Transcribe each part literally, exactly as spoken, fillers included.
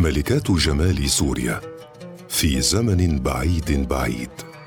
ملكات جمال سوريا في زمن بعيد بعيد.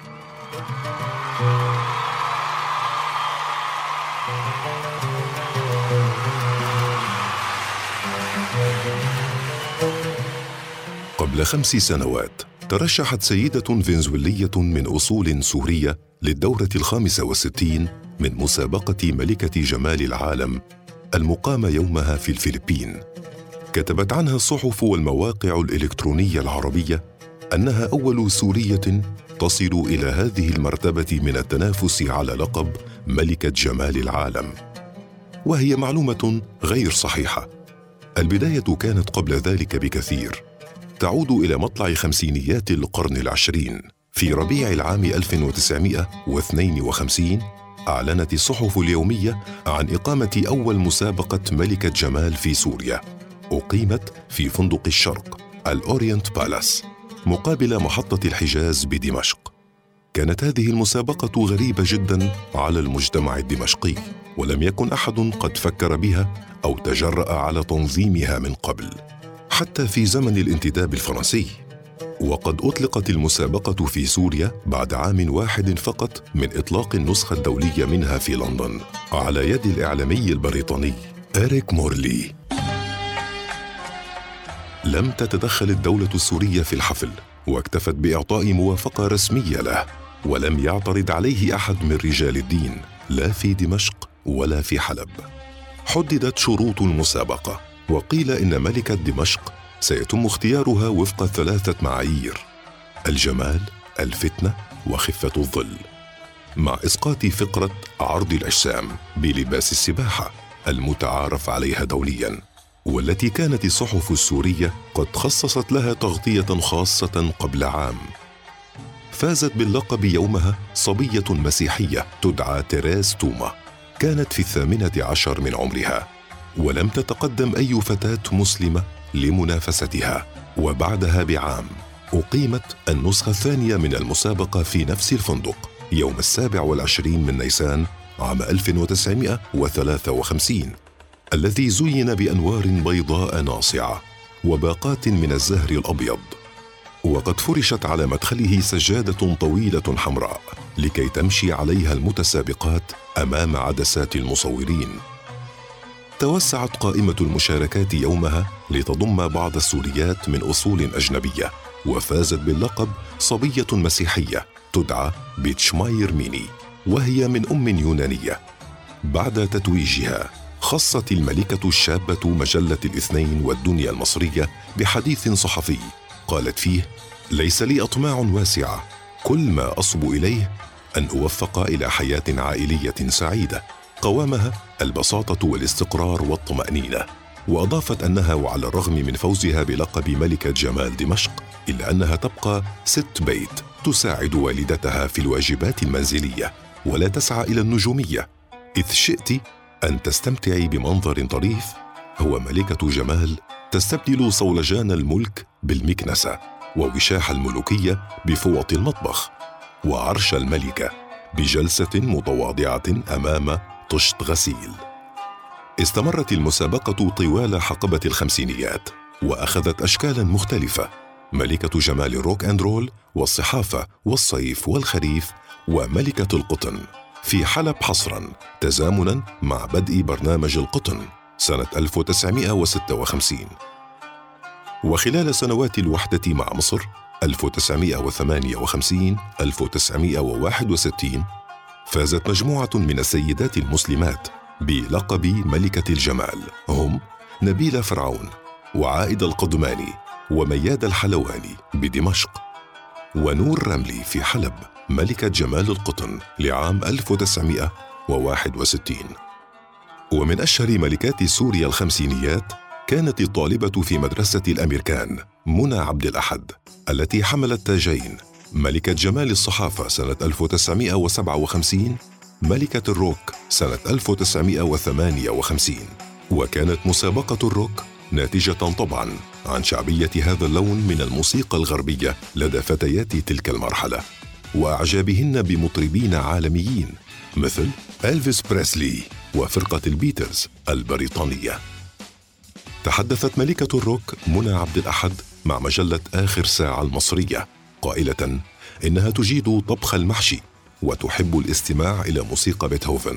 قبل خمس سنوات ترشحت سيدة فنزويلية من أصول سورية للدورة الخامسة والستين من مسابقة ملكة جمال العالم المقامة يومها في الفلبين. كتبت عنها الصحف والمواقع الإلكترونية العربية أنها أول سورية تصل إلى هذه المرتبة من التنافس على لقب ملكة جمال العالم، وهي معلومة غير صحيحة. البداية كانت قبل ذلك بكثير، تعود إلى مطلع خمسينيات القرن العشرين. في ربيع العام ألف وتسعمائة واثنين وخمسين أعلنت الصحف اليومية عن إقامة أول مسابقة ملكة جمال في سوريا، أقيمت في فندق الشرق الأورينت بالاس مقابل محطة الحجاز بدمشق. كانت هذه المسابقة غريبة جداً على المجتمع الدمشقي، ولم يكن أحد قد فكر بها أو تجرأ على تنظيمها من قبل، حتى في زمن الانتداب الفرنسي. وقد أطلقت المسابقة في سوريا بعد عام واحد فقط من إطلاق النسخة الدولية منها في لندن على يد الإعلامي البريطاني إريك مورلي. لم تتدخل الدولة السورية في الحفل، واكتفت بإعطاء موافقة رسمية له، ولم يعترض عليه أحد من رجال الدين لا في دمشق ولا في حلب. حددت شروط المسابقة، وقيل إن ملكة دمشق سيتم اختيارها وفق ثلاثة معايير: الجمال، الفتنة، وخفة الظل، مع إسقاط فقرة عرض الأجسام بلباس السباحة المتعارف عليها دولياً، والتي كانت الصحف السورية قد خصصت لها تغطية خاصة قبل عام. فازت باللقب يومها صبية مسيحية تدعى تيريز توما، كانت في الثامنة عشر من عمرها، ولم تتقدم أي فتاة مسلمة لمنافستها. وبعدها بعام أقيمت النسخة الثانية من المسابقة في نفس الفندق يوم السابع والعشرين من نيسان عام ألف وتسعمائة وثلاثة وخمسين، الذي زين بأنوار بيضاء ناصعة وباقات من الزهر الأبيض، وقد فرشت على مدخله سجادة طويلة حمراء لكي تمشي عليها المتسابقات أمام عدسات المصورين. توسعت قائمة المشاركات يومها لتضم بعض السوريات من أصول أجنبية، وفازت باللقب صبية مسيحية تدعى بيتشماير ميني، وهي من أم يونانية. بعد تتويجها خصت الملكة الشابة مجلة الاثنين والدنيا المصرية بحديث صحفي قالت فيه: ليس لي أطماع واسعة، كل ما أصب إليه أن أوفق إلى حياة عائلية سعيدة قوامها البساطة والاستقرار والطمأنينة. وأضافت أنها وعلى الرغم من فوزها بلقب ملكة جمال دمشق، إلا أنها تبقى ست بيت تساعد والدتها في الواجبات المنزلية ولا تسعى إلى النجومية، إذ شئت أن تستمتعي بمنظر طريف هو ملكة جمال تستبدل صولجان الملك بالمكنسة، ووشاح الملوكية بفوط المطبخ، وعرش الملكة بجلسة متواضعة أمام طشت غسيل. استمرت المسابقة طوال حقبة الخمسينيات، وأخذت أشكالاً مختلفة: ملكة جمال الروك أند رول، والصحافة، والصيف والخريف، وملكة القطن في حلب حصراً تزامناً مع بدء برنامج القطن سنة ألف وتسعمائة وستة وخمسين. وخلال سنوات الوحدة مع مصر ألف وتسعمائة وثمانية وخمسين ألف وتسعمائة وواحد وستين، فازت مجموعة من السيدات المسلمات بلقب ملكة الجمال، هم نبيلة فرعون، وعائدة القضماني، ومياد الحلواني بدمشق، ونور رملي في حلب ملكة جمال القطن لعام ألف وتسعمائة وواحد وستين. ومن أشهر ملكات سوريا الخمسينيات كانت الطالبة في مدرسة الأمريكان منى عبد الأحد، التي حملت تاجين: ملكة جمال الصحافة سنة ألف وتسعمائة وسبعة وخمسين، ملكة الروك سنة ألف وتسعمائة وثمانية وخمسين. وكانت مسابقة الروك ناتجة طبعاً عن شعبية هذا اللون من الموسيقى الغربية لدى فتيات تلك المرحلة، وأعجابهن بمطربين عالميين مثل إلفيس بريسلي وفرقة البيتلز البريطانية. تحدثت ملكة الروك منى عبد الأحد مع مجلة آخر ساعة المصرية قائلة إنها تجيد طبخ المحشي وتحب الاستماع إلى موسيقى بيتهوفن.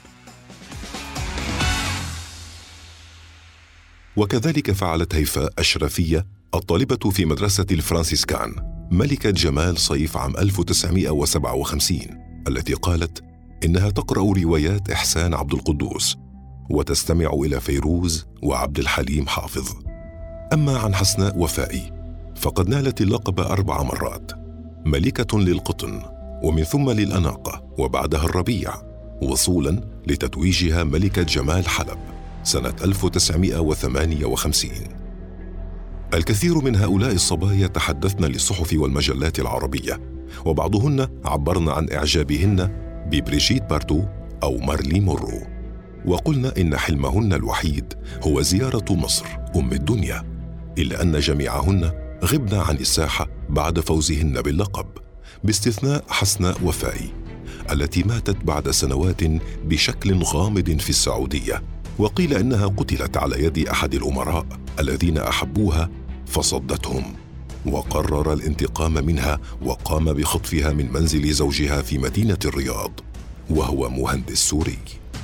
وكذلك فعلت هيفاء أشرفية الطالبة في مدرسة الفرانسيسكان ملكة جمال صيف عام ألف وتسعمائة وسبعة وخمسين، التي قالت إنها تقرأ روايات إحسان عبد القدوس وتستمع إلى فيروز وعبد الحليم حافظ. أما عن حسناء وفائي فقد نالت اللقب أربع مرات، ملكة للقطن ومن ثم للأناقة وبعدها الربيع، وصولا لتتويجها ملكة جمال حلب سنة ألف وتسعمائة وثمانية وخمسين. الكثير من هؤلاء الصبايا تحدثن للصحف والمجلات العربية، وبعضهن عبرن عن إعجابهن ببريجيت باردو أو مارلي مورو، وقلن إن حلمهن الوحيد هو زيارة مصر أم الدنيا، إلا أن جميعهن غبن عن الساحة بعد فوزهن باللقب، باستثناء حسناء وفائي التي ماتت بعد سنوات بشكل غامض في السعودية، وقيل إنها قتلت على يد أحد الأمراء الذين أحبوها فصدتهم، وقرر الانتقام منها وقام بخطفها من منزل زوجها في مدينة الرياض وهو مهندس سوري.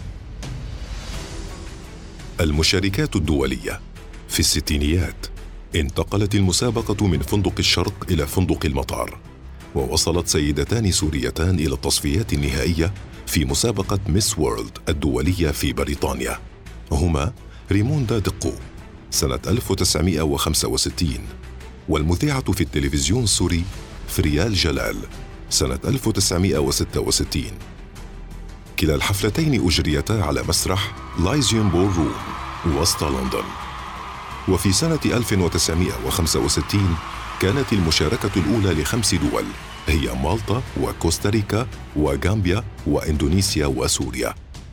المشاركات الدولية. في الستينيات انتقلت المسابقة من فندق الشرق إلى فندق المطار، ووصلت سيدتان سوريتان إلى التصفيات النهائية في مسابقة ميس وورلد الدولية في بريطانيا، هما ريموندا دقو سنة ألف وتسعمائة وخمسة وستين، والمذيعة في التلفزيون السوري فريال جلال سنة ألف وتسعمائة وستة وستين. كلا الحفلتين أجريتا على مسرح لايزيوم بول روم وسط لندن. وفي سنة ألف وتسعمائة وخمسة وستين كانت المشاركة الأولى لخمس دول هي مالطا وكوستاريكا وغامبيا وإندونيسيا وسوريا.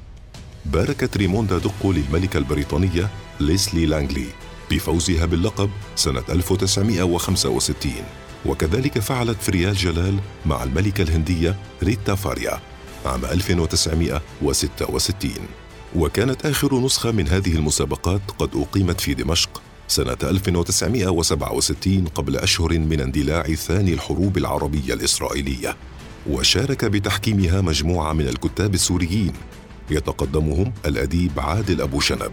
باركت ريموندا دقو للملكة البريطانية ليسلي لانغلي بفوزها باللقب سنة ألف وتسعمائة وخمسة وستين، وكذلك فعلت فريال جلال مع الملكة الهندية ريتا فاريا عام ألف وتسعمائة وستة وستين. وكانت آخر نسخة من هذه المسابقات قد أقيمت في دمشق سنة ألف وتسعمائة وسبعة وستين قبل أشهر من اندلاع ثاني الحروب العربية الإسرائيلية، وشارك بتحكيمها مجموعة من الكتاب السوريين يتقدمهم الأديب عادل أبو شنب.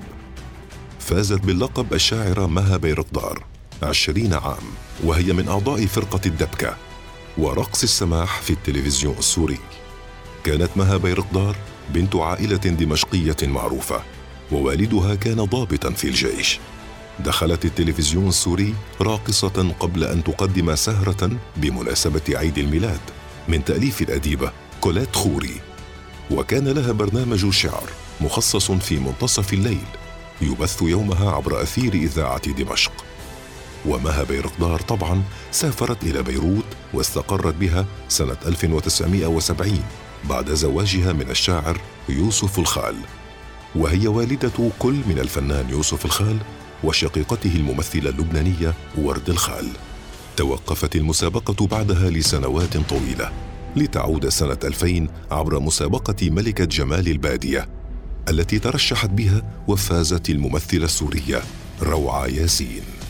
فازت باللقب الشاعرة مها بيرقدار عشرين عام، وهي من أعضاء فرقة الدبكة ورقص السماح في التلفزيون السوري. كانت مها بيرقدار بنت عائلة دمشقية معروفة، ووالدها كان ضابطا في الجيش. دخلت التلفزيون السوري راقصة قبل أن تقدم سهرة بمناسبة عيد الميلاد من تأليف الأديبة كوليت خوري، وكان لها برنامج شعر مخصص في منتصف الليل يبث يومها عبر أثير إذاعة دمشق. ومها بيرقدار طبعا سافرت إلى بيروت واستقرت بها سنة ألف وتسعمائة وسبعين بعد زواجها من الشاعر يوسف الخال، وهي والدة كل من الفنان يوسف الخال وشقيقته الممثلة اللبنانية ورد الخال. توقفت المسابقة بعدها لسنوات طويلة لتعود سنة ألفين عبر مسابقة ملكة جمال البادية التي ترشحت بها وفازت الممثلة السورية روعة ياسين.